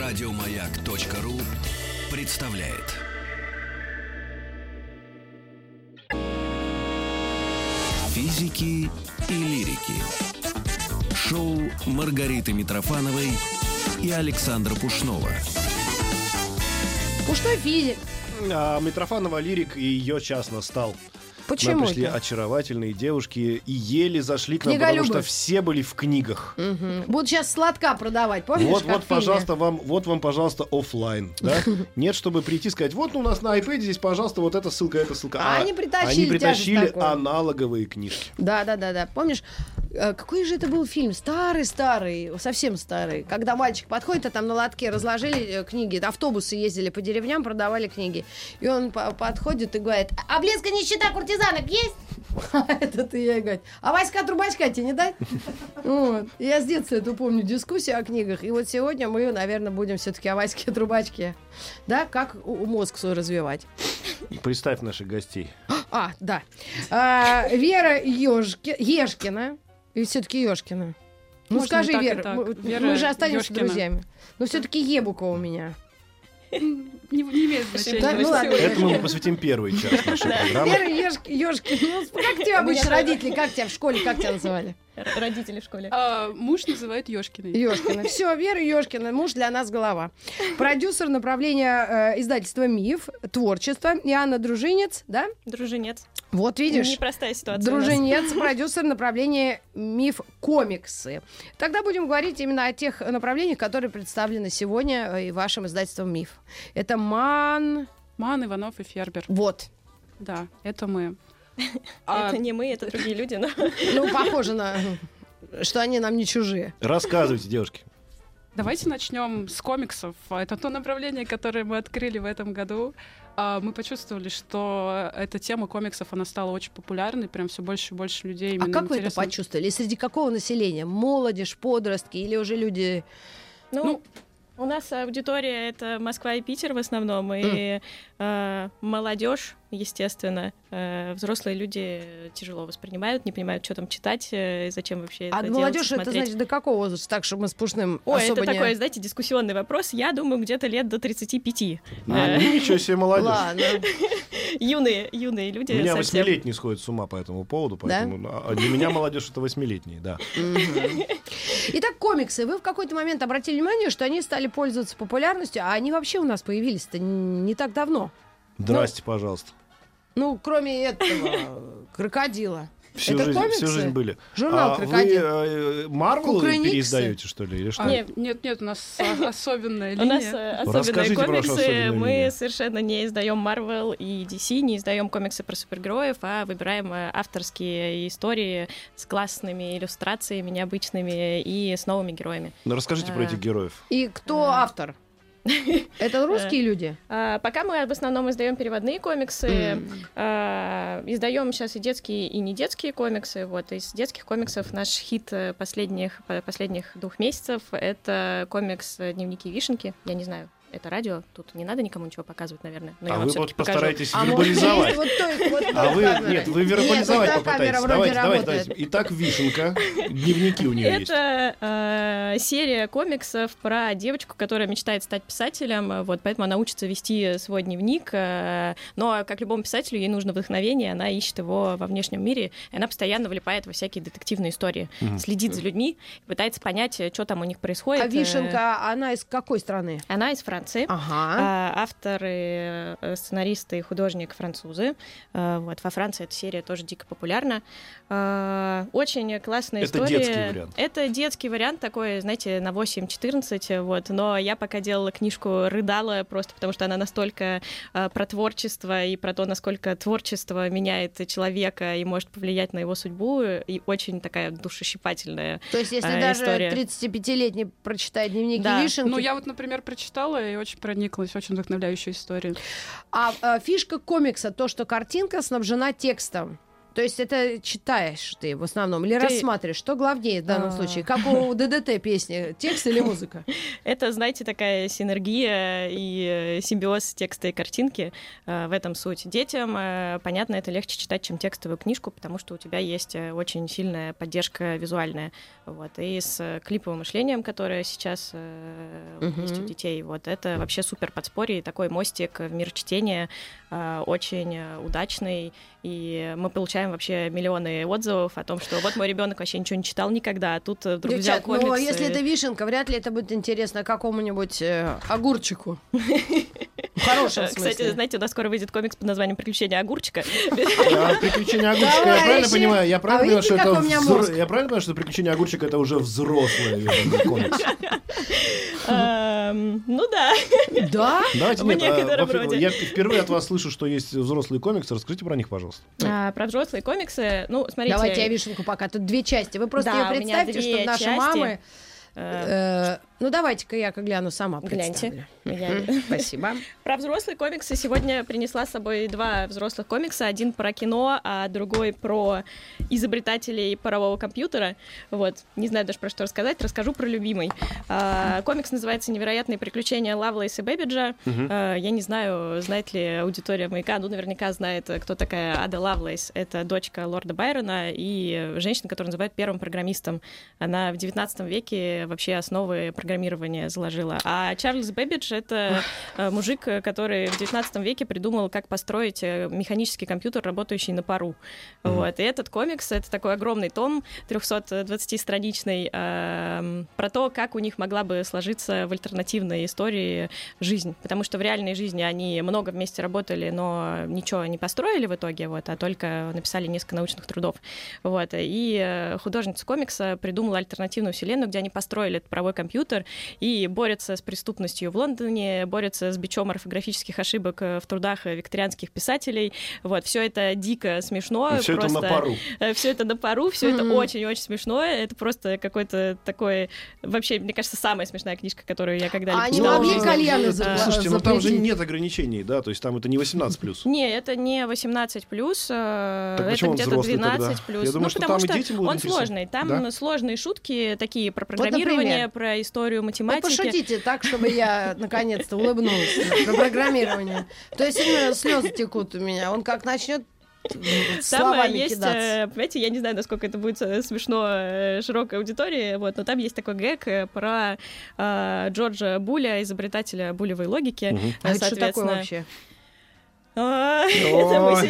Радиомаяк.ру представляет. Физики и лирики. Шоу Маргариты Митрофановой и Александра Пушнова. Пушной физик. Митрофанова лирик, и ее час настал. Почему? Нам пришли это? очаровательные девушки и еле зашли к нам, потому что все были в книгах. Будут сейчас сладка продавать, помнишь? Вот, пожалуйста, вам, пожалуйста, офлайн. Да? Нет, чтобы прийти и сказать, вот у нас на iPad здесь, пожалуйста, вот эта ссылка, эта ссылка. А они притащили такую. аналоговые книжки. Да. Помнишь, какой же это был фильм? Старый, совсем старый. Когда мальчик подходит, а там на лотке разложили книги, автобусы ездили по деревням, продавали книги. И он подходит и говорит, а блеска нищета куртизанок есть? Это ты ей говорит, а Васька Трубачка тебе не дать? Вот. Я с детства эту помню дискуссию о книгах. И вот сегодня мы, наверное, будем все-таки о Ваське Трубачке. Да, как мозг свой развивать. Представь наших гостей. Да. Вера Ешкина. И все-таки Ешкина. Ну, Можно скажи, так и Вера, так. мы же останемся Ёшкина. друзьями. Но все-таки Ебука у меня. Не имеет значения. Да, ну ладно. Этому мы посвятим первый час нашей программы. Вера Ешкина. Ну, как тебя обычно родители, как тебя в школе, как тебя называли? Родители в школе. Муж называет Ёшкиной. Ешкина. Все, Вера Ешкина, муж для нас голова. Продюсер направления издательства «Миф», творчество. И Анна Дружинец, да? Дружинец. Вот видишь. Непростая ситуация. Дружинец, продюсер направления «Миф комиксы». Тогда будем говорить именно о тех направлениях, которые представлены сегодня и вашим издательством «Миф». Это Ман, Иванов и Фербер. Вот. Да, это мы. Это не мы, это другие люди, но... Ну, похоже на... что они нам не чужие. Рассказывайте, девушки. Давайте начнем с комиксов. Это то направление, которое мы открыли в этом году. Мы почувствовали, что эта тема комиксов, она стала очень популярной, прям все больше и больше людей. А как вы это почувствовали? И среди какого населения? Молодежь, подростки или уже люди... Ну, у нас аудитория — это Москва и Питер в основном, и молодежь, естественно. Взрослые люди тяжело воспринимают, не понимают, что там читать, и зачем вообще это делать, молодежь смотреть. это значит до какого возраста? Так, чтобы мы с Пушным Ой, особо это не... такой, знаете, дискуссионный вопрос. Я думаю, где-то лет до 35. Ничего себе, молодежь. Ладно. Юные люди. У меня совсем. 8-летний сходит с ума по этому поводу, поэтому для меня молодежь это 8-летние, да. Итак, комиксы. Вы в какой-то момент обратили внимание, что они стали пользоваться популярностью, а они вообще у нас появились-то не так давно. Здрасте, пожалуйста. Ну, кроме этого крокодила. Всю Это жизнь, комиксы? всю жизнь были. Журнал «Крокодил». Вы Марвел Кукрыниксы? переиздаете, что ли, или что? Нет, у нас особенная У нас линия. особенные Расскажите про вашу комиксы. особенную Мы линию. совершенно не издаем Marvel и DC, не издаем комиксы про супергероев, а выбираем авторские истории с классными иллюстрациями, необычными и с новыми героями. Ну, расскажите про этих героев. И кто автор? Это русские люди? Пока мы в основном издаем переводные комиксы, издаем сейчас и детские, и не детские комиксы. Вот из детских комиксов наш хит последних 2 месяцев — это комикс «Дневники Вишенки». Я не знаю, это радио, тут не надо никому ничего показывать, наверное. Но я А вам вы всё-таки вот покажу. постарайтесь А вербализовать. Нет, Вы вербализовать Нет, вот та камера попытайтесь. вроде Давайте. работает. Итак, Вишенка. Дневники у нее есть. Это серия комиксов про девочку, которая мечтает стать писателем, вот, поэтому она учится вести свой дневник, но, как любому писателю, ей нужно вдохновение, она ищет его во внешнем мире, и она постоянно влипает во всякие детективные истории, следит за людьми, пытается понять, что там у них происходит. А Вишенка, она из какой страны? Она из Франции. Ага. Авторы, сценаристы и художник французы. Вот, во Франции эта серия тоже дико популярна. Очень классная история. Это детский вариант. Это детский вариант такой, знаете, на 8-14. Вот. Но я пока делала книжку, рыдала просто потому, что она настолько про творчество и про то, насколько творчество меняет человека и может повлиять на его судьбу. И очень такая душещипательная То есть, если история. даже 35-летний прочитает дневники Да. Вишенки... Ну, я вот, например, прочитала и очень прониклась, очень вдохновляющая история. А фишка комикса — то, что картинка снабжена текстом. То есть это читаешь ты в основном или рассматриваешь? Что главнее в данном случае? Как у ДДТ песни, текст или музыка? Это, знаете, такая синергия и симбиоз текста и картинки. В этом суть. Детям, понятно, это легче читать, чем текстовую книжку, потому что у тебя есть очень сильная поддержка визуальная. Вот. И с клиповым мышлением, которое сейчас есть у детей, вот, это вообще супер подспорье, такой мостик в мир чтения, очень удачный. И мы получаем вообще миллионы отзывов о том, что вот мой ребенок вообще ничего не читал никогда, а тут вдруг взял комиксы. Но если это вишенка, вряд ли это будет интересно какому-нибудь огурчику. В хорошем смысле. Кстати, знаете, у нас скоро выйдет комикс под названием «Приключения огурчика». «Приключения огурчика», я правильно понимаю? Я правильно понимаю, что «Приключения огурчика» — это уже взрослый комикс? Ну да. Да? Давайте, в некотором роде. Я впервые от вас слышу, что есть взрослые комиксы. Расскажите про них, пожалуйста. Про взрослые комиксы, ну, смотрите. Давайте я вишенку пока. Тут 2 части. Вы просто ее представьте, что наши мамы... Ну, давайте-ка я гляну сама. Гляньте. Спасибо. Про взрослые комиксы сегодня принесла с собой 2 взрослых комикса. Один про кино, а другой про изобретателей парового компьютера. Вот. Не знаю даже про что рассказать. Расскажу про любимый. Комикс называется «Невероятные приключения Лавлейс и Бэббиджа». Я не знаю, знает ли аудитория «Маяка». Ну, наверняка знает, кто такая Ада Лавлейс. Это дочка лорда Байрона и женщина, которую называют первым программистом. Она в 19 веке вообще основы программирования заложила. А Чарльз Бэббидж — это мужик, который в 19 веке придумал, как построить механический компьютер, работающий на пару. Вот. И этот комикс — это такой огромный том, 320-страничный, про то, как у них могла бы сложиться в альтернативной истории жизнь. Потому что в реальной жизни они много вместе работали, но ничего не построили в итоге, вот, а только написали несколько научных трудов. Вот. И художница комикса придумала альтернативную вселенную, где они построили этот паровой компьютер и борются с преступностью в Лондоне, борются с бичом орфографических ошибок в трудах викторианских писателей. Вот, все это дико смешно. Все это на пару. Все это на пару, все это очень-очень смешно. Это просто какой-то такой... Вообще, мне кажется, самая смешная книжка, которую я когда-либо читала. Они могли кальяны запретить? Слушайте, ну там же нет ограничений, да? То есть там это не 18+. Не, это не 18+, это где-то 12+. Я думаю, что там и дети будут он сложный. Там сложные шутки такие про программирование, про историю математики. Вот пошутите так, чтобы я наконец-то улыбнулась про программирование. То есть слезы текут у меня. Он как начнет словами есть, кидаться. понимаете, я не знаю, насколько это будет смешно широкой аудитории, вот, но там есть такой гэг про Джорджа Буля, изобретателя булевой логики. А это что такое вообще? Это мы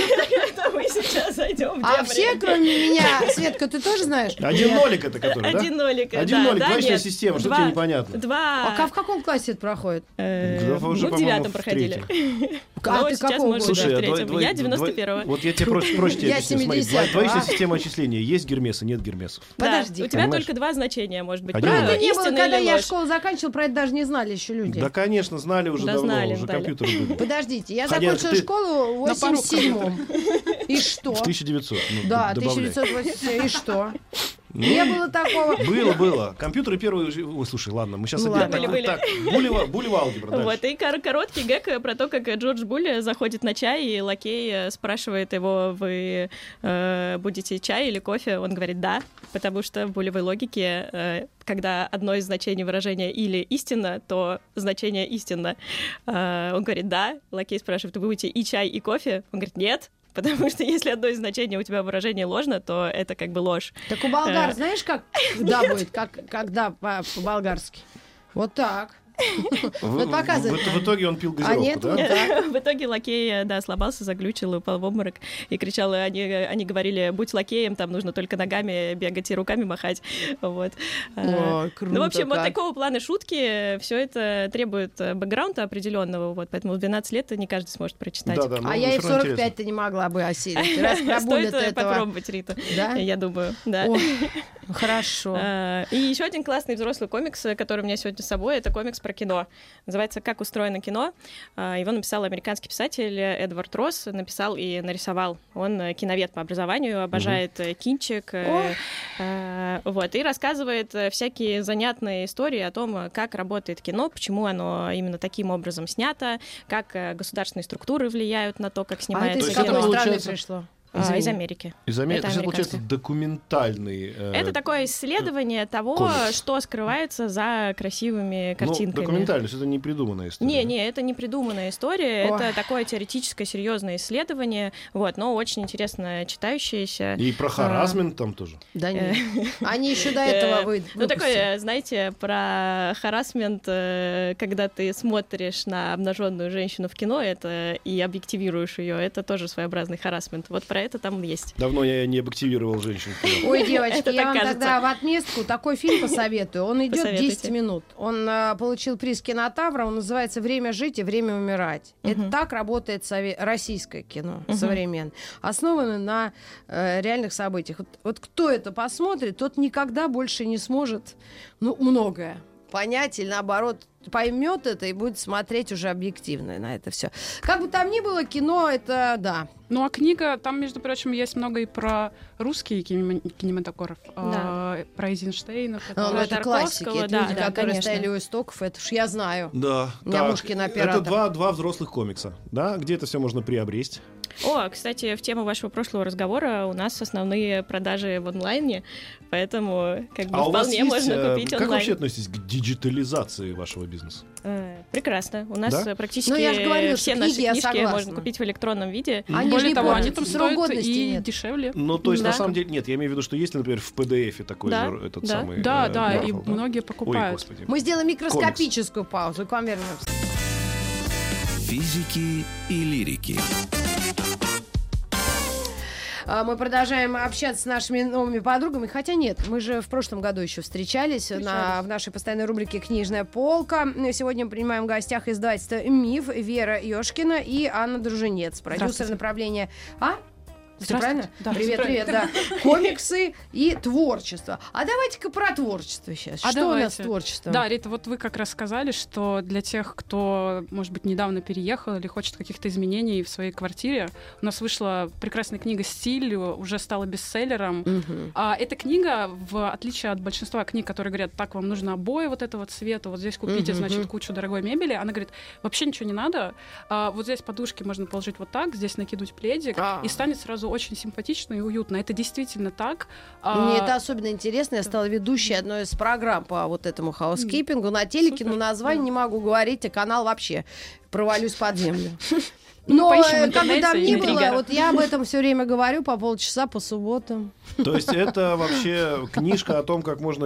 сейчас зайдем. А все, кроме меня, Светка, ты тоже знаешь? 1-0 это который, да? 1-0, 1-0, двоичная система, что тебе непонятно? А в каком классе это проходит? Мы в 9 проходили. А ты какого года? Слушай, я 91-го. Вот я тебе проще Я объясню. Смотри, 70-го. двоечная система отчисления. Есть гермесы, нет гермесов. Подожди. У тебя только 2 значения, может быть. Это не было, Истина когда или я ложь. школу заканчивала, про это даже не знали еще люди. Да, конечно, знали уже Да, давно, знали. уже компьютеры были. Подождите, я Хотя закончила ты- школу в 87-м. И что? В 1900. Да, добавляй. 1987. И что? Не было такого. Было. Компьютеры первые... Ой, слушай, ладно, мы сейчас... Ну ладно. Были. Так, булева алгебра дальше. Вот, и короткий гэг про то, как Джордж Буль заходит на чай, и лакей спрашивает его, вы будете чай или кофе? Он говорит «да», потому что в булевой логике, когда одно из значений выражения «или истинно», то значение «истинно». Он говорит «да», лакей спрашивает, вы будете и чай, и кофе? Он говорит «нет». Потому что если одно из значений у тебя выражение ложно, то это как бы ложь. Так у болгар, знаешь, как да будет? Когда по-болгарски? Вот так. Вот показывает. В итоге он пил газировку, нет, да? вот так. В итоге лакей, да, сломался, заглючил, упал в обморок и кричал, они говорили, будь лакеем, там нужно только ногами бегать и руками махать. Вот. Ой, круто. Ну, в общем, вот как. такого плана шутки, все это требует бэкграунда определенного, вот, поэтому в 12 лет не каждый сможет прочитать. Да, А я и в 45-то не могла бы осилить. Раз пробули Стоит этого. попробовать, Рита, Да? я думаю, да. Ой, хорошо. И еще один классный взрослый комикс, который у меня сегодня с собой, это комикс про кино. Называется «Как устроено кино». Его написал американский писатель Эдвард Росс, написал и нарисовал. Он киновед по образованию, обожает кинчик. Вот, и рассказывает всякие занятные истории о том, как работает кино, почему оно именно таким образом снято, как государственные структуры влияют на то, как снимается это из есть это какой кино. страны получается- пришло? Из Америки. Из Америки. Это получается документальный... Это такое исследование того, комикс. Что скрывается за красивыми картинками. Документальный, это не придуманная история. Не, это не придуманная история. Ой. Это такое теоретическое, серьезное исследование, но очень интересно читающееся. И про харассмент там тоже? Да нет. Они еще до этого выпустили. Ну, такое, знаете, про харассмент, когда ты смотришь на обнаженную женщину в кино и объективируешь ее, это тоже своеобразный харассмент. Вот про это там есть. Давно я не объективировал женщин. Ой, девочки, я вам тогда в отместку такой фильм посоветую. Он идет 10 минут. Он получил приз Кинотавра, он называется «Время жить и время умирать». Это так работает российское кино современное, основано на реальных событиях. Вот кто это посмотрит, тот никогда больше не сможет, многое понять или наоборот поймет это и будет смотреть уже объективно на это все. Как бы там ни было, кино это да. Ну а книга, там, между прочим, есть много и про русский кинематограф, про Эйзенштейна, это классики, это люди, которые стояли у истоков, это уж я знаю. Да. У меня муж кинооператор. Это два взрослых комикса, да? Где это все можно приобрести? Кстати, в тему вашего прошлого разговора у нас основные продажи в онлайне, поэтому вполне можно купить онлайн. Как вы вообще относитесь к диджитализации вашего бизнеса? Прекрасно. У нас практически все наши книжки можно купить в электронном виде. Более того, они там стоят и дешевле. Ну, то есть, на самом деле, нет, я имею в виду, что есть, например, в PDF такой же этот самый... Да, и многие покупают. Ой, господи. Мы сделаем микроскопическую паузу, к вам вернемся. Физики и лирики. Мы продолжаем общаться с нашими новыми подругами. Хотя нет, мы же в прошлом году еще встречались. В нашей постоянной рубрике «Книжная полка». Сегодня мы принимаем в гостях издательство «Миф» Вера Ёшкина и Анна Дружинец, продюсер направления... Правильно? Да, привет, да. Комиксы и творчество. А давайте-ка про творчество сейчас. Что у нас с творчеством? Да, Рита, вот вы как раз сказали, что для тех, кто, может быть, недавно переехал или хочет каких-то изменений в своей квартире, у нас вышла прекрасная книга «Стиль», уже стала бестселлером. Эта книга, в отличие от большинства книг, которые говорят, так, вам нужно обои вот этого цвета, вот здесь купите, значит, кучу дорогой мебели, она говорит, вообще ничего не надо, вот здесь подушки можно положить вот так, здесь накинуть пледик, и станет сразу очень симпатично и уютно. Это действительно так. Мне это особенно интересно. Я стала ведущей одной из программ по вот этому хаускипингу на телеке, но название не могу говорить, а канал вообще провалюсь под землю. Но как бы там ни было, вот я об этом все время говорю по полчаса по субботам. То есть это вообще книжка о том, как можно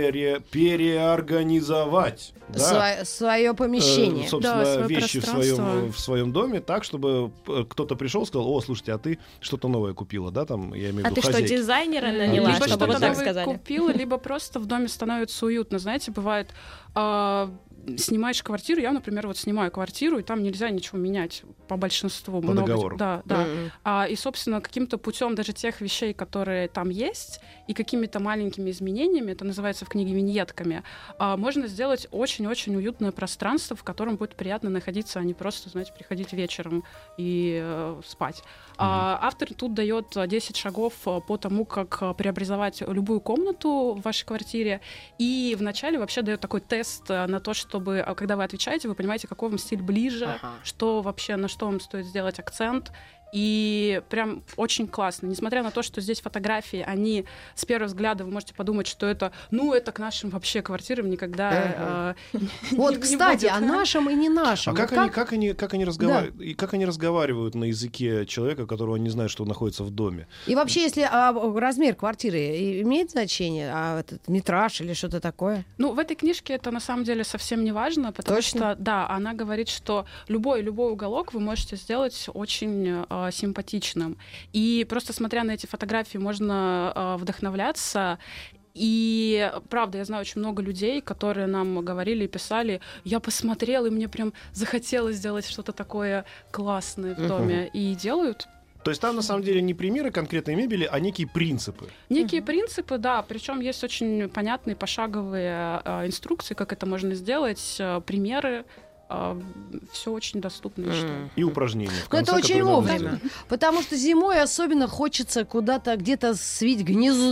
переорганизовать свое помещение. Собственно, вещи в своем доме так, чтобы кто-то пришел и сказал, о, слушайте, а ты что-то новое купила, да, там, я имею в виду, ты что, дизайнера наняла, либо чтобы вот так вы сказали? Купила, либо просто в доме становится уютно. Знаете, бывает... снимаешь квартиру, я, например, вот снимаю квартиру, и там нельзя ничего менять по большинству. По договору. Да. И, собственно, каким-то путем даже тех вещей, которые там есть, и какими-то маленькими изменениями, это называется в книге виньетками, можно сделать очень-очень уютное пространство, в котором будет приятно находиться, а не просто, знаете, приходить вечером и спать. Автор тут дает 10 шагов по тому, как преобразовать любую комнату в вашей квартире, и вначале вообще дает такой тест на то, чтобы, когда вы отвечаете, вы понимаете, какой вам стиль ближе, что вообще, на что вам стоит сделать акцент. И прям очень классно. Несмотря на то, что здесь фотографии, они с первого взгляда вы можете подумать, что это, это к нашим вообще квартирам никогда Вот, кстати, о нашем и не нашем. А как они разговаривают? И как они разговаривают на языке человека, которого не знает, что он находится в доме? И вообще, если размер квартиры имеет значение, этот метраж или что-то такое? В этой книжке это на самом деле совсем не важно, потому что, да, она говорит, что любой уголок вы можете сделать очень симпатичным. И просто смотря на эти фотографии, можно вдохновляться. И, правда, я знаю очень много людей, которые нам говорили и писали, я посмотрела, и мне прям захотелось сделать что-то такое классное в доме. И делают. То есть там, на самом деле, не примеры конкретной мебели, а некие принципы. Некие принципы, да. Причем есть очень понятные пошаговые инструкции, как это можно сделать, примеры. Все очень доступно. И упражнения. Но это очень вовремя. Потому что зимой особенно хочется куда-то где-то свить гнездо.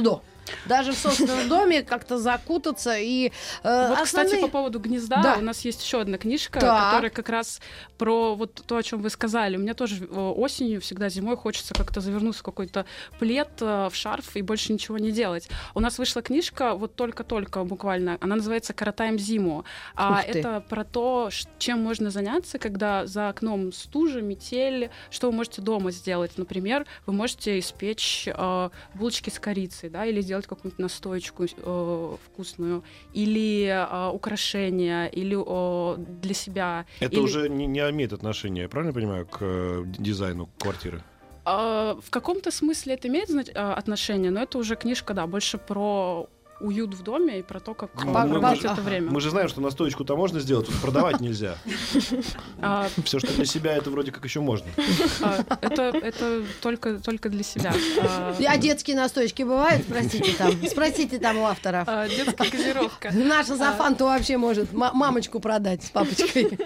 Даже в собственном доме как-то закутаться и... Вот, кстати, по поводу гнезда, у нас есть еще одна книжка, которая как раз про вот то, о чем вы сказали. У меня тоже осенью, всегда зимой хочется как-то завернуться в какой-то плед, в шарф и больше ничего не делать. У нас вышла книжка вот только-только буквально. Она называется «Коротаем зиму». Это про то, чем можно заняться, когда за окном стужа, метель, что вы можете дома сделать. Например, вы можете испечь булочки с корицей, да, или сделать какую-нибудь настойку вкусную, или украшения, или для себя. Это уже не имеет отношения, я правильно понимаю, к дизайну квартиры? В каком-то смысле это имеет отношение, но это уже книжка, да, больше про уют в доме и про то, как проводить это время. Мы же знаем, что настоечку-то можно сделать, тут продавать нельзя. Все, что для себя, это вроде как еще можно. Это только для себя. А детские настоечки бывают? Спросите там у авторов. Детская газировка. Наша Зафанту вообще может мамочку продать с папочкой.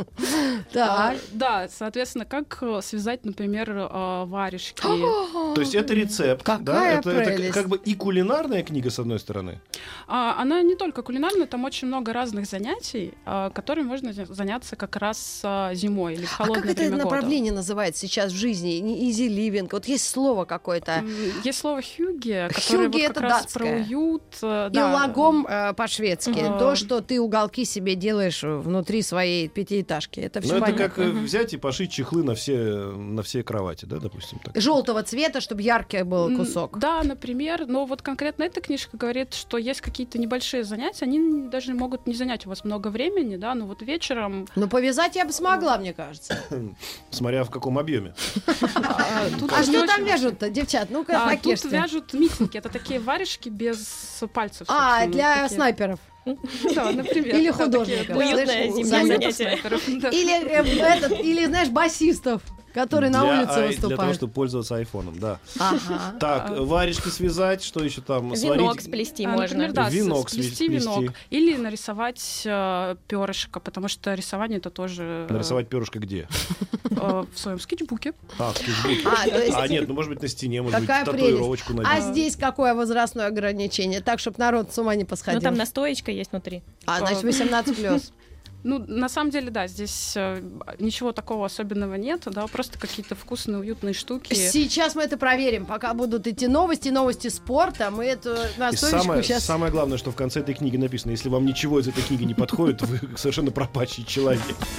Да, соответственно, как связать, например, варежки. То есть это рецепт. Какая это как бы и кулинарная книга, с одной стороны. Она не только кулинарная, там очень много разных занятий, которыми можно заняться как раз зимой или в холодное время года. А как это направление называется сейчас в жизни? Easy living. Вот есть слово какое-то. Есть слово хюге, которое вот как раз про уют. И лагом по-шведски. То, что ты уголки себе делаешь внутри своей пятиэтажки. Это все это как взять и пошить чехлы на все кровати, да, допустим. Так. Желтого цвета, чтобы яркий был кусок. Да, например. Но вот конкретно эта книжка говорит, что есть какие-то небольшие занятия, они даже могут не занять у вас много времени, да, но вот вечером... Ну, повязать я бы смогла, мне кажется. Смотря в каком объеме. Что там вяжут-то, девчат? Ну-ка, покешьте. Тут вяжут митинги. Это такие варежки без пальцев. Для снайперов. Да, например. Или художников. Уютное зимнее занятие. Или, знаешь, басистов, которые на улице выступают. Для того, чтобы пользоваться айфоном, да. Ага. Так, варежки связать, что еще там? Венок сплести можно. Например, да, венок сплести венок. Или нарисовать перышко, потому что рисование это тоже... Нарисовать перышко где? В своем скетчбуке. В скетчбуке. Нет, ну может быть на стене, может быть татуировочку набить. А здесь какое возрастное ограничение? Так, чтобы народ с ума не посходил. Ну там настоечка есть внутри. Значит, 18+. Ну, на самом деле, да, здесь ничего такого особенного нет, да, просто какие-то вкусные, уютные штуки. Сейчас мы это проверим, пока будут идти новости спорта, мы эту настойку сейчас... Самое главное, что в конце этой книги написано, если вам ничего из этой книги не подходит, вы совершенно пропащий человек.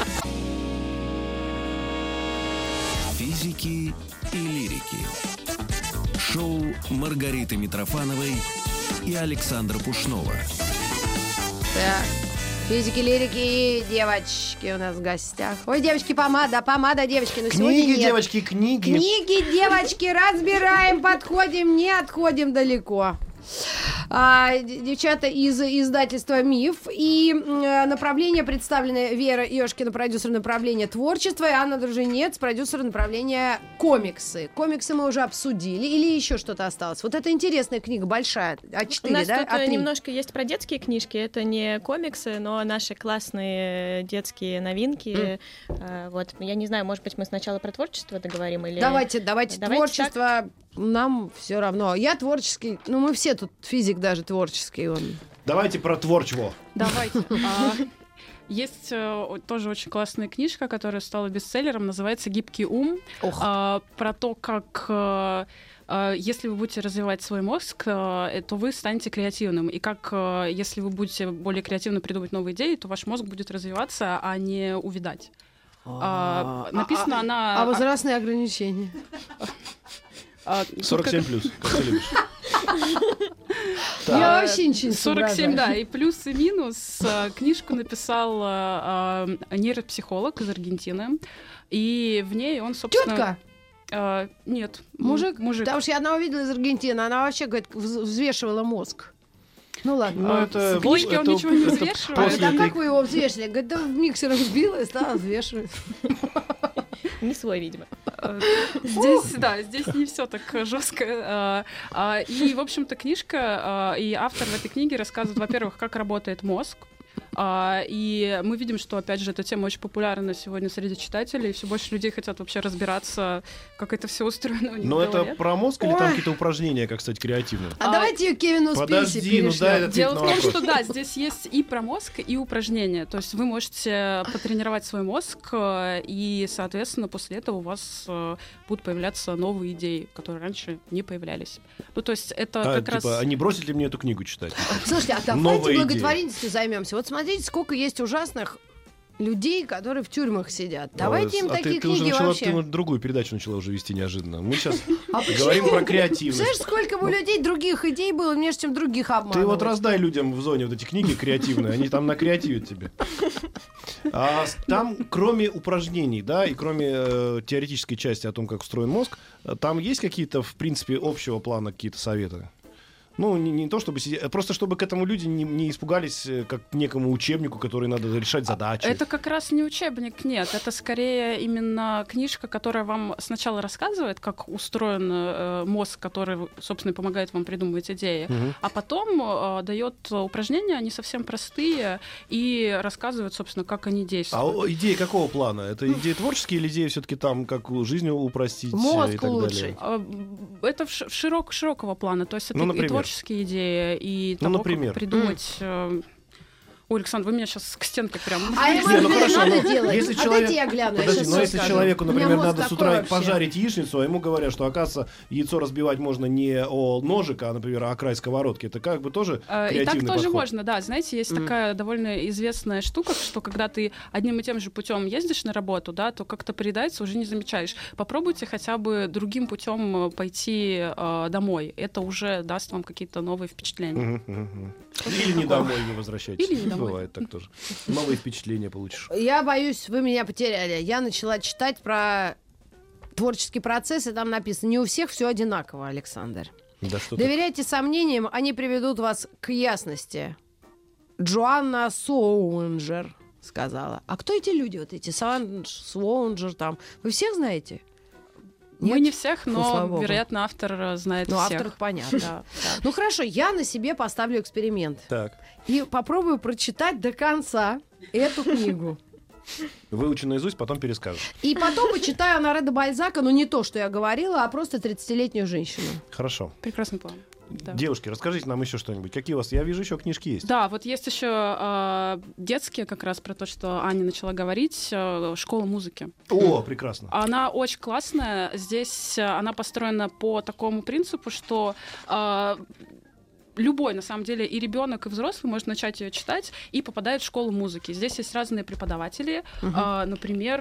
Физики и лирики. Шоу Маргариты Митрофановой и Александра Пушнова. Так. Физики, лирики, девочки у нас в гостях. Ой, девочки, помада, девочки. Но книги, нет. девочки, книги. Книги, девочки, разбираем, подходим, не отходим далеко. Девчата из издательства «Миф». И направление представлены: Вера Ёшкина, продюсер направления творчество, и Анна Дружинец, продюсер направления комиксы. Комиксы мы уже обсудили, или еще что-то осталось? Вот это интересная книга, большая, А4, да? У нас тут немножко есть про детские книжки. Это не комиксы, но наши классные детские новинки. Вот, я не знаю, может быть, мы сначала про творчество договорим? Или... Давайте творчество... Так. Нам все равно. Я творческий. Ну, мы все тут, физик даже творческий. Давайте про творчество. Давайте. Есть тоже очень классная книжка, которая стала бестселлером, называется «Гибкий ум». Про то, как... Если вы будете развивать свой мозг, то вы станете креативным. И как, если вы будете более креативно придумывать новые идеи, то ваш мозг будет развиваться, а не увядать. Написано она... А возрастные ограничения? 47+, как ты любишь. Я вообще ничего не 47, да, и плюс, и минус. Книжку написал нейропсихолог из Аргентины, и в ней он, собственно... Тётка? Нет. Мужик? Потому что я одного видела из Аргентины, она вообще, говорит, взвешивала мозг. Ну ладно. В книжке он ничего не взвешивает. А как вы его взвешивали? Говорит, да в миксер взбила и стала взвешивать. Не свой, видимо. Здесь не все так жестко. И, в общем-то, книжка и автор в этой книге рассказывает, во-первых, как работает мозг, И мы видим, что, опять же, эта тема очень популярна сегодня среди читателей, и все больше людей хотят вообще разбираться, как это все устроено у них в голове. Но это про мозг или там какие-то упражнения, как стать креативным? Давайте Кевину Спейси Подожди, дай Дело в том, что да, здесь есть и про мозг, и упражнения. То есть вы можете потренировать свой мозг, и, соответственно, после этого у вас будут появляться новые идеи, которые раньше не появлялись. Ну, то есть это как раз... А не бросить ли мне эту книгу читать? Слушайте, а давайте благотворительностью займемся. Вот смотрите, сколько есть ужасных людей, которые в тюрьмах сидят. Давайте им такие книги вообще. Ты другую передачу начала уже вести неожиданно. Мы сейчас говорим про креативность. Знаешь, сколько бы у людей других идей было, между чем других обманывать. Ты вот раздай людям в зоне вот эти книги креативные, они там накреативят тебе. А там, кроме упражнений, да, и кроме теоретической части о том, как устроен мозг, там есть какие-то, в принципе, общего плана какие-то советы? Ну, не то, чтобы сидеть, просто чтобы к этому люди не испугались, как к некому учебнику, который надо решать задачи. Это как раз не учебник, нет. Это скорее именно книжка, которая вам сначала рассказывает, как устроен мозг, который, собственно, помогает вам придумывать идеи, а потом дает упражнения, они совсем простые, и рассказывает, собственно, как они действуют. А идеи какого плана? Это идеи творческие или идеи все-таки там, как жизнь упростить мозг и так улучшить. далее? Это широкого плана. То есть это и творческие идеи, и того, как придумать... Ой, Александр, вы меня сейчас к стенке прям... А ему надо делать. Если человек... я гляну, Подожди, но если человеку, например, надо с утра пожарить яичницу, а ему говорят, что, оказывается, яйцо разбивать можно не о ножик, а, например, о край сковородки, это как бы тоже креативный подход. И так тоже можно, да. Знаете, есть такая довольно известная штука, что когда ты одним и тем же путем ездишь на работу, да, то как-то приедается, уже не замечаешь. Попробуйте хотя бы другим путем пойти домой. Это уже даст вам какие-то новые впечатления. Или не домой не возвращайтесь. Или не домой. Бывает так тоже. Новые впечатления получишь. Я боюсь, вы меня потеряли. Я начала читать про творческий процесс, и там написано: не у всех все одинаково, Александр. Да что доверяйте сомнениям, они приведут вас к ясности. Джоанна Соуэнджер сказала. А кто эти люди, вот эти Соуэнджер там? Вы всех знаете? Мы не всех, но, вероятно, автор знает всех. Ну, автор понятно. Да. Ну, хорошо, я на себе поставлю эксперимент. Так. И попробую прочитать до конца эту книгу. Выучи наизусть, потом перескажешь. И потом почитаю Оноре де Бальзака, но не то, что я говорила, а просто 30-летнюю женщину. Хорошо. Прекрасный план. Да. Девушки, расскажите нам еще что-нибудь. Какие у вас? Я вижу, еще книжки есть. Да, вот есть еще детские, как раз про то, что Аня начала говорить, «Школа музыки». О, прекрасно. Она очень классная. Здесь она построена по такому принципу, что любой, на самом деле, и ребенок, и взрослый может начать ее читать и попадает в школу музыки. Здесь есть разные преподаватели. Например,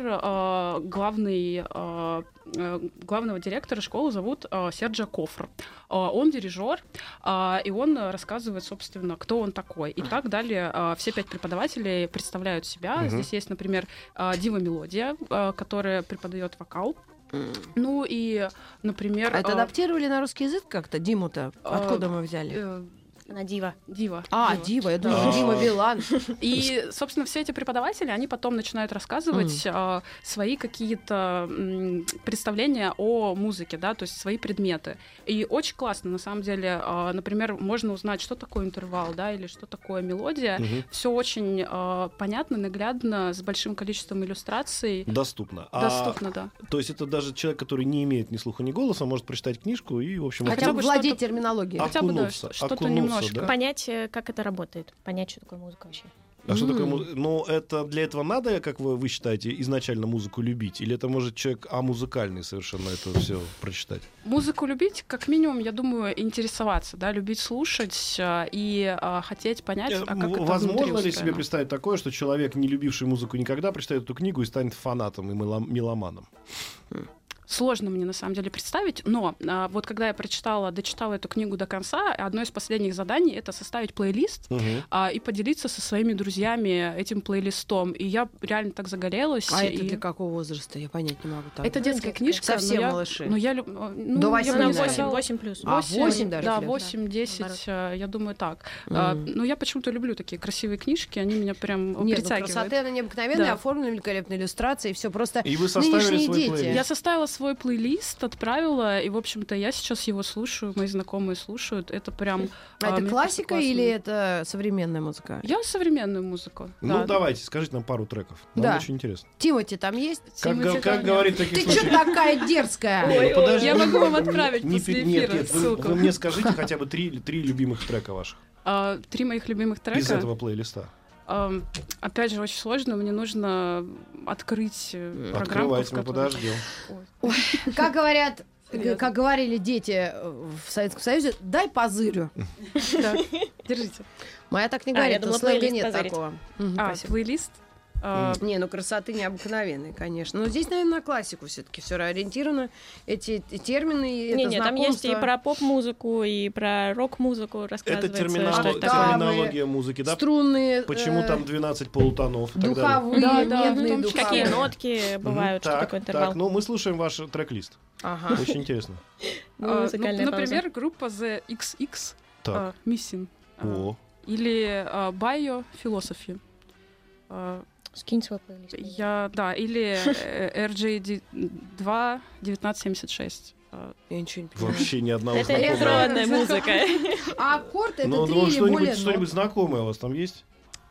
главного директора школы зовут Серджио Коффр. Он дирижер, и он рассказывает, собственно, кто он такой. И так далее. Все 5 преподавателей представляют себя. Здесь есть, например, Дива Мелодия, которая преподает вокал. Ну и, например... А это адаптировали на русский язык как-то? Диму-то откуда мы взяли? Она дива. Дива, я думала, Дима Билан. И, собственно, все эти преподаватели, они потом начинают рассказывать свои какие-то представления о музыке, да, то есть свои предметы. И очень классно, на самом деле. Например, можно узнать, что такое интервал, да, или что такое мелодия. Все очень понятно, наглядно, с большим количеством иллюстраций. Доступно. Доступно, да. То есть это даже человек, который не имеет ни слуха, ни голоса, может прочитать книжку и, в общем... Хотя бы владеть терминологией. Хотя бы, да, что-то немножко. Да? Понять, как это работает. Понять, что такое музыка вообще. А что такое музыка? Ну, это для этого надо, как вы считаете, изначально музыку любить? Или это может человек амузыкальный совершенно это все прочитать? Музыку любить, как минимум, я думаю, интересоваться, да, любить слушать и хотеть понять, как это внутри возможно ли устроено. себе представить такое, что человек, не любивший музыку никогда, прочитает эту книгу и станет фанатом и меломаном? Сложно мне, на самом деле, представить, но вот когда я дочитала эту книгу до конца, одно из последних заданий — это составить плейлист и поделиться со своими друзьями этим плейлистом. И я реально так загорелась. А это для какого возраста? Я понять не могу. Это детская книжка. Совсем малыши. Но я до 8 плюс. 8 даже. Да, 8-10, я думаю, так. Но я почему-то люблю такие красивые книжки, они меня прям притягивают. Красоты, она необыкновенная, оформлена великолепная иллюстрация, и все просто. И вы составили свой дети. плейлист? Я составила свой плейлист отправила, и, в общем-то, я сейчас его слушаю, мои знакомые слушают. Это прям... Это мне классика кажется, или это современная музыка? Я современную музыку. Ну, да. давайте, скажите нам пару треков. Нам Да. очень интересно. Тимати там есть? Как говорит в таких Ты случаях... что такая дерзкая? Не, ну подожди. Я могу вам отправить Не после пи- нет, эфира нет, ссылку. вы мне скажите хотя бы три любимых трека ваших 3 моих любимых трека. из этого плейлиста. Опять же, очень сложно. Мне нужно открыть программку. Открывайте, мы подождем. Как говорят, Серьезно. как говорили дети в Советском Союзе, дай позырю. Да. Держите. Моя так не я говорит, думала, у сленга плейлист нет позырить. такого. Спасибо. Плейлист. Не, ну красоты необыкновенной, конечно. Но здесь, наверное, на классику все-таки все ориентировано. Эти термины, это Не, там есть и знакомство. про поп-музыку, и про рок-музыку Это рассказывается. терминология, что это такое. терминология музыки, да? Струнные, Почему там 12 полутонов и так далее? духовые, Да, да, медные ну, там духовые. Какие нотки бывают, что такое интервал. Так, ну мы слушаем ваш трек-лист. Ага. Очень интересно. Музыкальная например, группа The XX Так. Missing. О, Или Bio Philosophy. Скинь свой плейлист. Или RJD2 1976. Я ничего не понимаю. вообще ни одного Это знакомого. электронная музыка. А аккорд это Ну, три или более что-нибудь знакомое у вас там есть?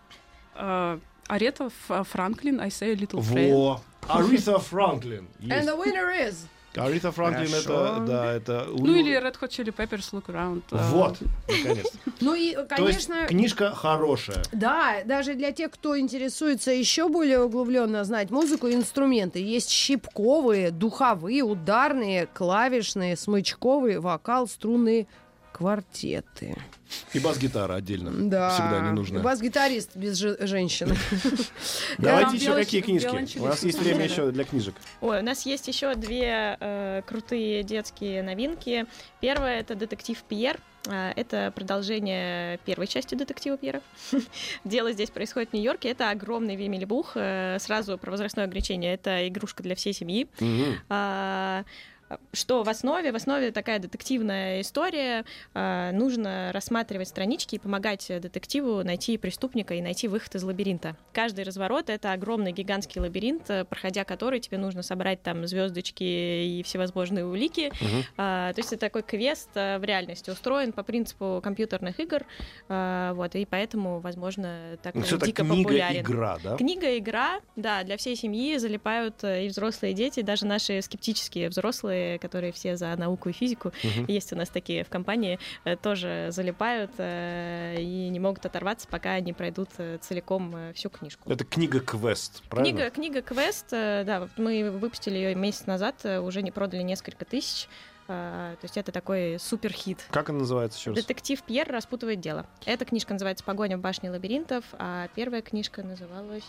Арета Франклин, I Say a Little Prayer. Во! Арита Франклин. And Есть. the winner is... Арита Франклин Хорошо. это... Ну или Red Hot Chili Peppers Look Around. Вот, наконец-то. Ну и, То есть конечно... книжка хорошая. Да, даже для тех, кто интересуется еще более углубленно знать музыку и инструменты. Есть щипковые, духовые, ударные, клавишные, смычковые, вокал, струнные квартеты. И бас-гитара отдельно. Да. Всегда не нужна. Бас-гитарист без женщины. Давайте Там еще какие книжки. виолончелист. У нас есть время еще для книжек. Ой, у нас есть еще две крутые детские новинки. Первая — это «Детектив Пьер». Это продолжение первой части «Детектива Пьера». Дело здесь происходит в Нью-Йорке. Это огромный Вимель-Бух. Сразу про возрастное ограничение. Это игрушка для всей семьи. Мгм. Что в основе? В основе такая детективная история. Нужно рассматривать странички и помогать детективу найти преступника и найти выход из лабиринта. Каждый разворот — это огромный гигантский лабиринт, проходя который тебе нужно собрать там звездочки и всевозможные улики. То есть это такой квест в реальности, устроен по принципу компьютерных игр. Вот, и поэтому, возможно, так Ну, все это дико популярен. книга-игра, да? Книга-игра, да, для всей семьи залипают и взрослые, и дети, даже наши скептические взрослые, которые все за науку и физику, есть у нас такие в компании, тоже залипают и не могут оторваться, пока не пройдут целиком всю книжку. Это книга-квест, правильно? Книга-квест, да, вот мы выпустили ее месяц назад, уже не продали несколько тысяч. То есть это такой суперхит. Как она называется еще раз? «Детектив Пьер распутывает дело». Эта книжка называется «Погоня в башне лабиринтов», а первая книжка называлась...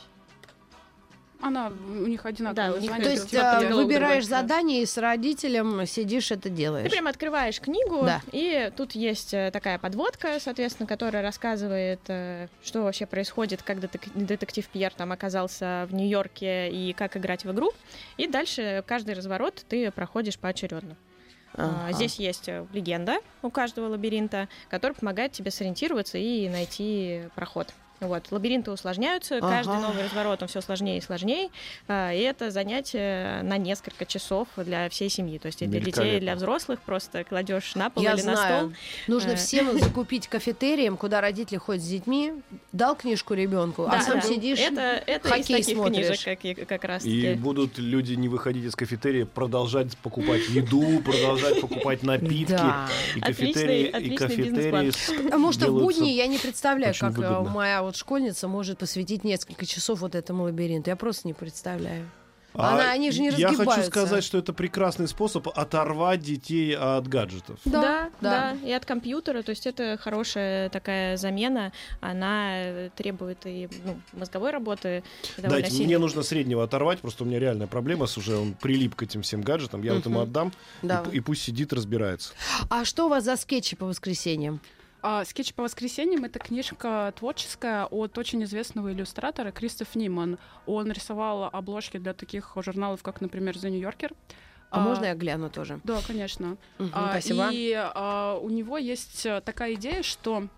Она у них одинаковое Да, у них название. То есть Типа выбираешь другой задание и с родителем сидишь, это Ты делаешь. прям открываешь книгу, Да. и тут есть такая подводка, соответственно, которая рассказывает, что вообще происходит, как детектив Пьер там оказался в Нью-Йорке и как играть в игру. И дальше каждый разворот ты проходишь поочередно. Ага. Здесь есть легенда у каждого лабиринта, которая помогает тебе сориентироваться и найти проход. Вот. Лабиринты усложняются, каждый Ага. новый разворот он все сложнее и сложнее, и это занятие на несколько часов для всей семьи. То есть и для детей, и Великолепно. для взрослых просто кладешь на пол Я или на знаю. стол. Нужно всем закупить кафетерием, куда родители ходят с детьми, дал книжку ребенку, а Да, сам да. сидишь. Это из хоккей таких смотришь. книжек как раз И таки. будут люди не выходить из кафетерия, продолжать покупать еду, продолжать покупать напитки. Да. И кафетерии, Отличный бизнес-план. Потому что в делаются будни я не представляю, очень как выгодно. моя вот школьница может посвятить несколько часов вот этому лабиринту. Я просто не представляю. А Они же не Я хочу разгибаются. сказать, что это прекрасный способ оторвать детей от гаджетов. Да, и от компьютера, то есть это хорошая такая замена, она требует и мозговой работы довольно Дайте, сильной. мне нужно среднего оторвать, просто у меня реальная проблема с уже, он прилип к этим всем гаджетам, я вот ему отдам, Да. и пусть сидит, разбирается. А что у вас за скетчи по воскресеньям? «Скетч по воскресеньям» — это книжка творческая от очень известного иллюстратора Кристоф Ниман. Он рисовал обложки для таких журналов, как, например, «The New Yorker». А можно я гляну тоже? Да, конечно. Спасибо. И у него есть такая идея, что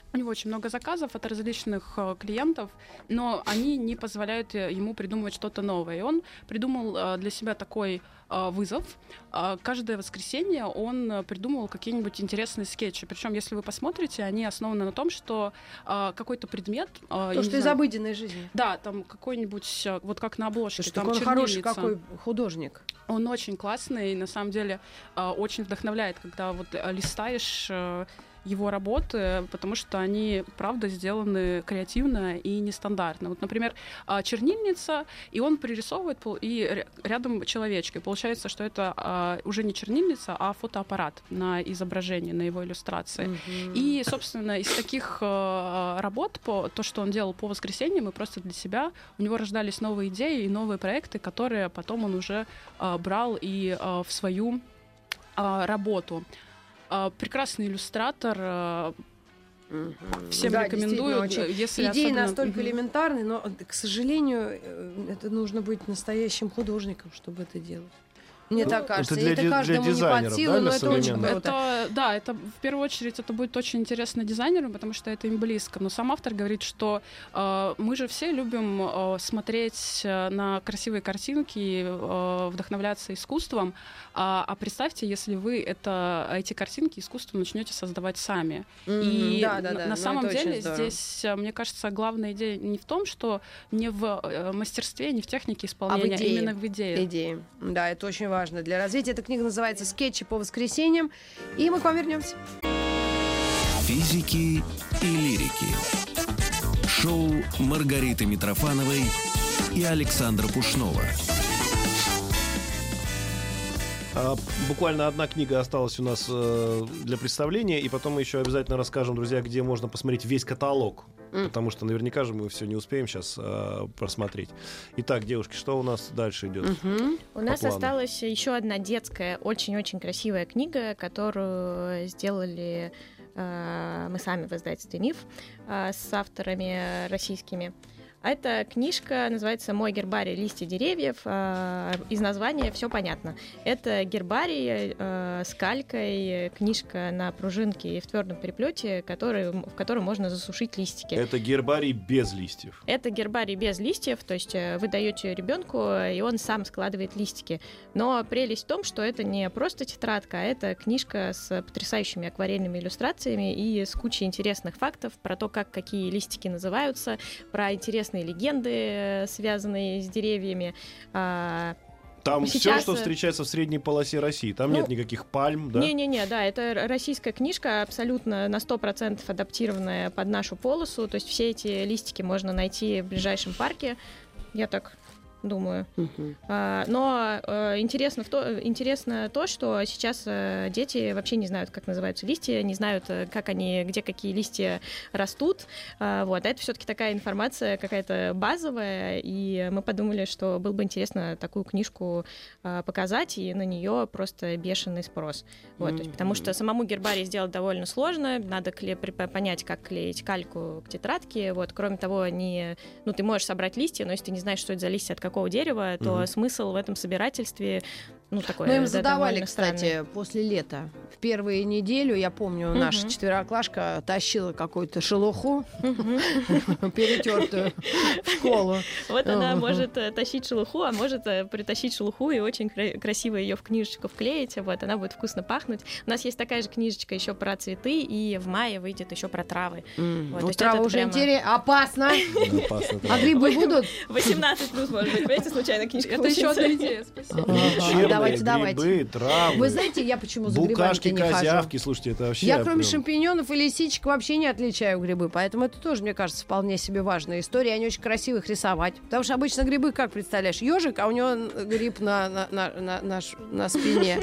У него очень много заказов от различных клиентов, но они не позволяют ему придумывать что-то новое. И он придумал для себя такой вызов. Каждое воскресенье он придумывал какие-нибудь интересные скетчи. Причем, если вы посмотрите, они основаны на том, что какой-то предмет... То, что из обыденной жизни. Да, там какой-нибудь, вот как на обложке. Слушай, там он хороший чернильница. какой художник. Он очень классный, и на самом деле очень вдохновляет, когда вот листаешь его работы, потому что они, правда, сделаны креативно и нестандартно. Вот, например, чернильница, и он пририсовывает и рядом человечка. И получается, что это уже не чернильница, а фотоаппарат на изображении, на его иллюстрации. Mm-hmm. И, собственно, из таких работ, то, что он делал по воскресеньям, и просто для себя, у него рождались новые идеи и новые проекты, которые потом он уже брал и в свою работу. Прекрасный иллюстратор. Всем рекомендую. Если идеи настолько элементарны, но, к сожалению, это нужно быть настоящим художником, чтобы это делать. Мне так кажется. Это это каждому не под силу, но это очень круто. Это в первую очередь это будет очень интересно дизайнеру, потому что это им близко. Но сам автор говорит, что мы же все любим смотреть на красивые картинки и вдохновляться искусством. А представьте, если вы эти картинки, искусство начнете создавать сами. И на самом деле здесь, мне кажется, главная идея не в том, что не в мастерстве, не в технике исполнения, а именно в идее. Да, это очень важно для развития. Эта книга называется «Скетчи по воскресеньям». И мы к вам вернемся. Физики и лирики. Шоу Маргариты Митрофановой и Александра Пушнова. Буквально одна книга осталась у нас для представления, и потом мы еще обязательно расскажем, друзья, где можно посмотреть весь каталог, потому что наверняка же мы все не успеем сейчас просмотреть. Итак, девушки, что у нас дальше идет? У нас осталась еще одна детская, очень-очень красивая книга, которую сделали мы сами в издательстве «Миф» с авторами российскими. Эта книжка называется «Мой гербарий. Листья деревьев». Из названия все понятно. Это гербарий с калькой, книжка на пружинке и в твердом переплете, в котором можно засушить листики. Это гербарий без листьев. Это гербарий без листьев, то есть вы даете ребенку, и он сам складывает листики. Но прелесть в том, что это не просто тетрадка, а это книжка с потрясающими акварельными иллюстрациями и с кучей интересных фактов про то, как какие листики называются, про интересные легенды, связанные с деревьями. Там все, что встречается в средней полосе России. Там нет никаких пальм, да? Не-не-не, да, это российская книжка, абсолютно на 100% адаптированная под нашу полосу. То есть все эти листики можно найти в ближайшем парке. Я так думаю. Но интересно то, что сейчас дети вообще не знают, как называются листья, не знают, где какие листья растут. Вот. А это все-таки такая информация какая-то базовая, и мы подумали, что было бы интересно такую книжку показать, и на нее просто бешеный спрос. Вот. То есть, потому что самому гербарий сделать довольно сложно, надо понять, как клеить кальку к тетрадке. Вот. Кроме того, ты можешь собрать листья, но если ты не знаешь, что это за листья, от какого дерева, то смысл в этом собирательстве такой. Но им задавали, кстати, после лета. В первую неделю, я помню, наша четвероклашка тащила какую-то шелуху перетертую в школу. Вот она может тащить шелуху, а может притащить шелуху и очень красиво ее в книжечку вклеить. Вот, она будет вкусно пахнуть. У нас есть такая же книжечка еще про цветы, и в мае выйдет еще про травы. Травы уже интересно. Опасно. А грибы будут? 18+, может быть. Понимаете, случайно книжка. Это еще одна идея. Спасибо. Давайте. Грибы, травы. Вы знаете, я почему за букашки, грибами не козявки, хожу? слушайте, это вообще... Я кроме шампиньонов и лисичек вообще не отличаю грибы, поэтому это тоже, мне кажется, вполне себе важная история. Они очень красиво их рисовать. Потому что обычно грибы, как представляешь, ежик, а у него гриб на спине.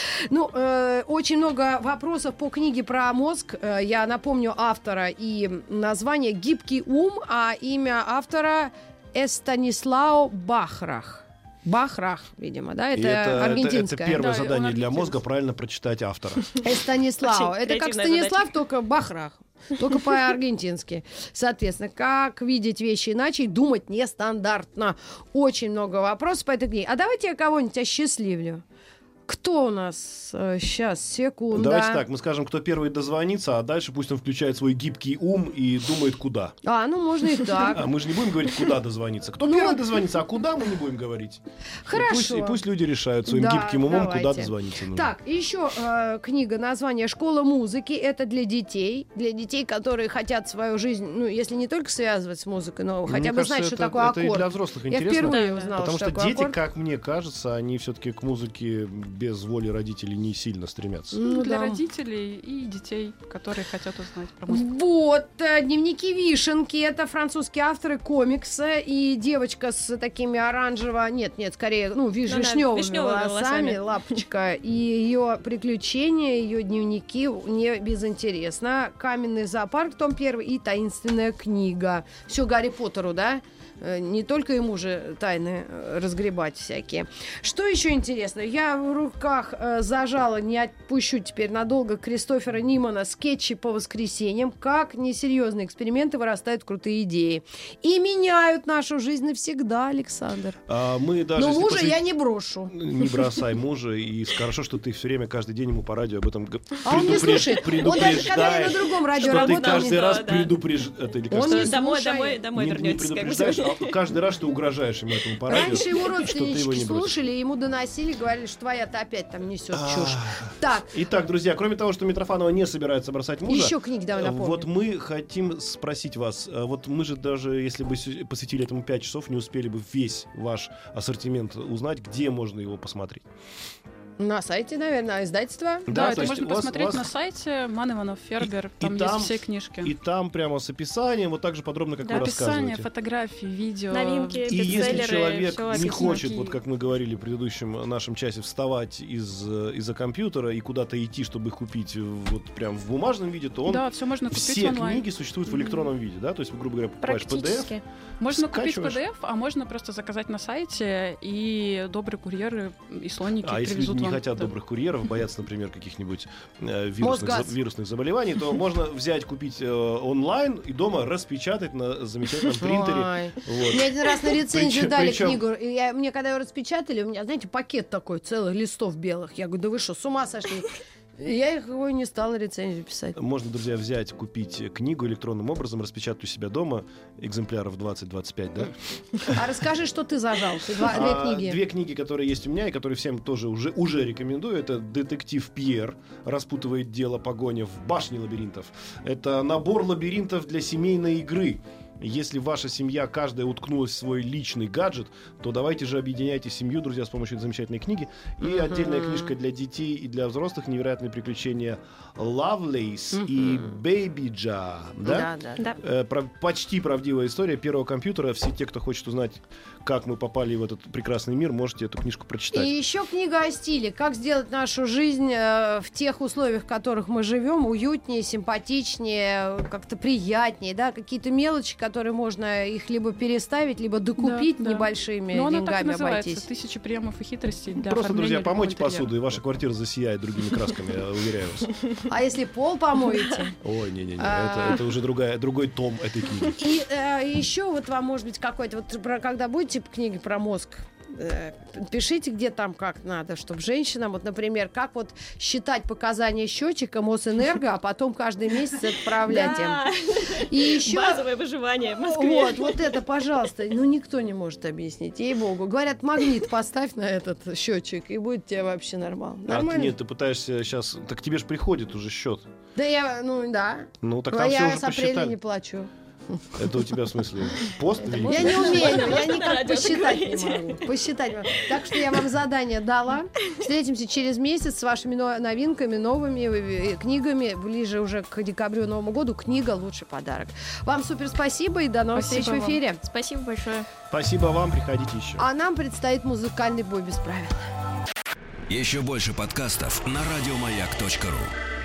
Очень много вопросов по книге про мозг. Я напомню автора и название «Гибкий ум», а имя автора Эстанислао Бахрах. Бахрах, видимо, да? Это аргентинское. Это первое задание для мозга, правильно прочитать автора. Эстанислао. Это как Станислав, только Бахрах. Только по-аргентински. Соответственно, как видеть вещи иначе и думать нестандартно. Очень много вопросов по этой книге. А давайте я кого-нибудь осчастливлю. Кто у нас сейчас? Секунда. Давайте так, мы скажем, кто первый дозвонится, а дальше пусть он включает свой гибкий ум и думает, куда. Ну можно и так. А мы же не будем говорить, куда дозвониться. Кто первый дозвонится, а куда мы не будем говорить. Хорошо. И пусть люди решают своим гибким умом, давайте. куда дозвониться нужно. Так, еще книга, название «Школа музыки». Это для детей, которые хотят свою жизнь, если не только связывать с музыкой, но хотя бы знать, что такое аккорд. Это и для взрослых Я интересно. впервые узнала, потому что такое дети, аккорд. как мне кажется, они все-таки к музыке без воли родителей не сильно стремятся. Для родителей и детей, которые хотят узнать про музыку. Вот, «Дневники Вишенки». Это французские авторы комикса. И девочка с такими скорее, вишневыми волосами, лапочка. И ее приключения, ее дневники не безинтересно. «Каменный зоопарк», том 1 и «Таинственная книга». Все Гарри Поттеру, да? Не только ему же тайны разгребать всякие. Что еще интересно? Я в руках зажала, не отпущу теперь надолго, Кристофера Нимана «Скетчи по воскресеньям». Как несерьезные эксперименты вырастают в крутые идеи. И меняют нашу жизнь навсегда, Александр. Но мужа я не брошу. Не бросай мужа. И хорошо, что ты все время, каждый день ему по радио об этом он не слушает. Он даже когда я на другом радио работал, работала, ты каждый раз предупреждаешь. Он не домой вернётесь. Каждый раз ты угрожаешь ему этому по радио. Раньше его родственнички слушали, ему доносили, говорили, что твоя-то опять там несет чушь. Так. Итак, друзья, кроме того, что Митрофанова не собирается бросать мужа, еще книги давай напомню. Вот мы хотим спросить вас, вот мы же даже, если бы посвятили этому 5 часов, не успели бы весь ваш ассортимент узнать, где можно его посмотреть. На сайте, наверное, издательства. Да, это можно посмотреть на сайте Ман Иванов Фербер. Там есть все книжки. И там прямо с описанием, вот так же подробно, как вы рассказываете. Описание, фотографии, видео. Новинки, и если человек не хочет, книги. вот как мы говорили в предыдущем нашем часе, вставать из-за компьютера и куда-то идти, чтобы их купить вот прям в бумажном виде, то он все можно купить все онлайн. Книги существуют в электронном виде, да? То есть, грубо говоря, покупаешь PDF. Можно купить PDF, а можно просто заказать на сайте, и добрые курьеры и слоники привезут вам. А если люди не хотят добрых курьеров, боятся, например, каких-нибудь вирусных заболеваний, то можно взять, купить онлайн и дома распечатать на замечательном принтере. Вот. Мне один раз на рецензию дали книгу. Мне когда ее распечатали, у меня, знаете, пакет такой, целых листов белых. Я говорю, да вы что, с ума сошли? Я его не стала рецензию писать. Можно, друзья, взять, купить книгу электронным образом, распечатать у себя дома, экземпляров 20-25, да? А расскажи, что ты зажал? Две книги. Две книги, которые есть у меня и которые всем тоже уже рекомендую. Это «Детектив Пьер. Распутывает дело погоня в башне лабиринтов». Это набор лабиринтов для семейной игры. Если ваша семья, каждая уткнулась в свой личный гаджет, то давайте же объединяйте семью, друзья, с помощью этой замечательной книги. И отдельная книжка для детей и для взрослых «Невероятные приключения Лавлейс» и Бэйби Джа. Да? Почти правдивая история первого компьютера. Все те, кто хочет узнать, как мы попали в этот прекрасный мир, можете эту книжку прочитать. И еще книга о стиле. Как сделать нашу жизнь в тех условиях, в которых мы живем, уютнее, симпатичнее, как-то приятнее, да, какие-то мелочи, которые можно их либо переставить, либо докупить небольшими деньгами обойтись. 1000 приемов и хитростей для Просто, друзья, помойте интерьера. посуду, и ваша квартира засияет другими красками, я уверяю вас. А если пол помоете? Ой, не-не-не, это уже другой том этой книги. И еще вот вам, может быть, какой-то, когда будете книги про мозг, пишите, где там как надо, чтобы женщинам, вот, например, как вот считать показания счетчика Мосэнерго, а потом каждый месяц отправлять им. И еще базовое выживание в Москве. Вот это, пожалуйста, никто не может объяснить, ей-богу. Говорят, магнит поставь на этот счетчик, и будет тебе вообще нормально. Нет, ты пытаешься сейчас, так тебе же приходит уже счет. Да я, да. Ну так там все уже с апреля посчитали. не плачу. Это у тебя в смысле пост? Я не умею, я никак посчитать не могу. Так что я вам задание дала. Встретимся через месяц с вашими новинками, новыми книгами. Ближе уже к декабрю, Новому году. Книга — лучший подарок. Вам супер спасибо и до новых встреч в эфире. Спасибо большое. Спасибо вам, приходите еще. А нам предстоит музыкальный бой без правил. Еще больше подкастов на радиомаяк.ру.